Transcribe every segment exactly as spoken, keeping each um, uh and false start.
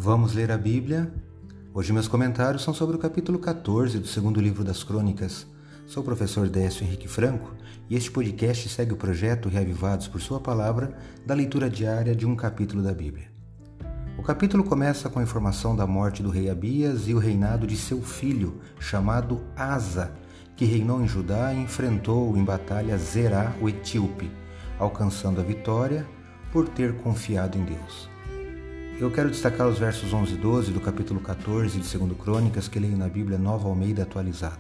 Vamos ler a Bíblia? Hoje meus comentários são sobre o capítulo quatorze do segundo livro das Crônicas. Sou o professor Décio Henrique Franco e este podcast segue o projeto Reavivados por Sua Palavra da leitura diária de um capítulo da Bíblia. O capítulo começa com a informação da morte do rei Abias e o reinado de seu filho, chamado Asa, que reinou em Judá e enfrentou em batalha Zerá, o etíope, alcançando a vitória por ter confiado em Deus. Eu quero destacar os versos onze e doze do capítulo quatorze de segundo Crônicas que leio na Bíblia Nova Almeida atualizada.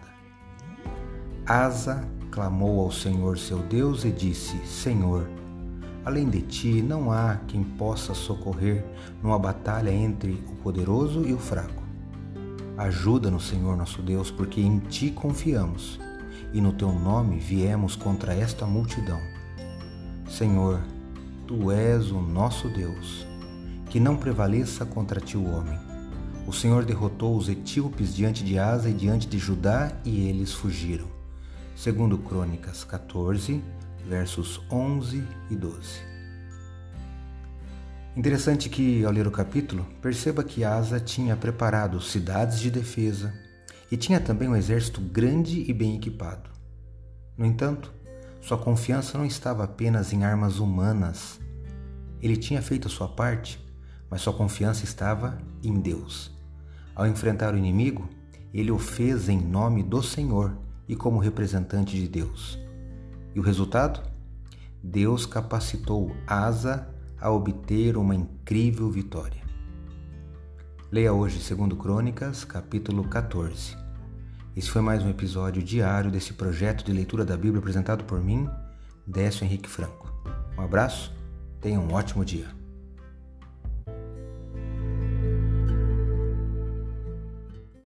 Asa clamou ao Senhor seu Deus e disse: Senhor, além de ti não há quem possa socorrer numa batalha entre o poderoso e o fraco. Ajuda-nos, Senhor nosso Deus, porque em ti confiamos e no teu nome viemos contra esta multidão. Senhor, tu és o nosso Deus. Que não prevaleça contra ti o homem. O Senhor derrotou os etíopes diante de Asa e diante de Judá, e eles fugiram. Segundo Crônicas quatorze, versos onze e doze. Interessante que, ao ler o capítulo, perceba que Asa tinha preparado cidades de defesa e tinha também um exército grande e bem equipado. No entanto, sua confiança não estava apenas em armas humanas. Ele tinha feito a sua parte, mas sua confiança estava em Deus. Ao enfrentar o inimigo, ele o fez em nome do Senhor e como representante de Deus. E o resultado? Deus capacitou Asa a obter uma incrível vitória. Leia hoje segundo Crônicas, capítulo quatorze. Esse foi mais um episódio diário desse projeto de leitura da Bíblia apresentado por mim, Décio Henrique Franco. Um abraço, tenha um ótimo dia.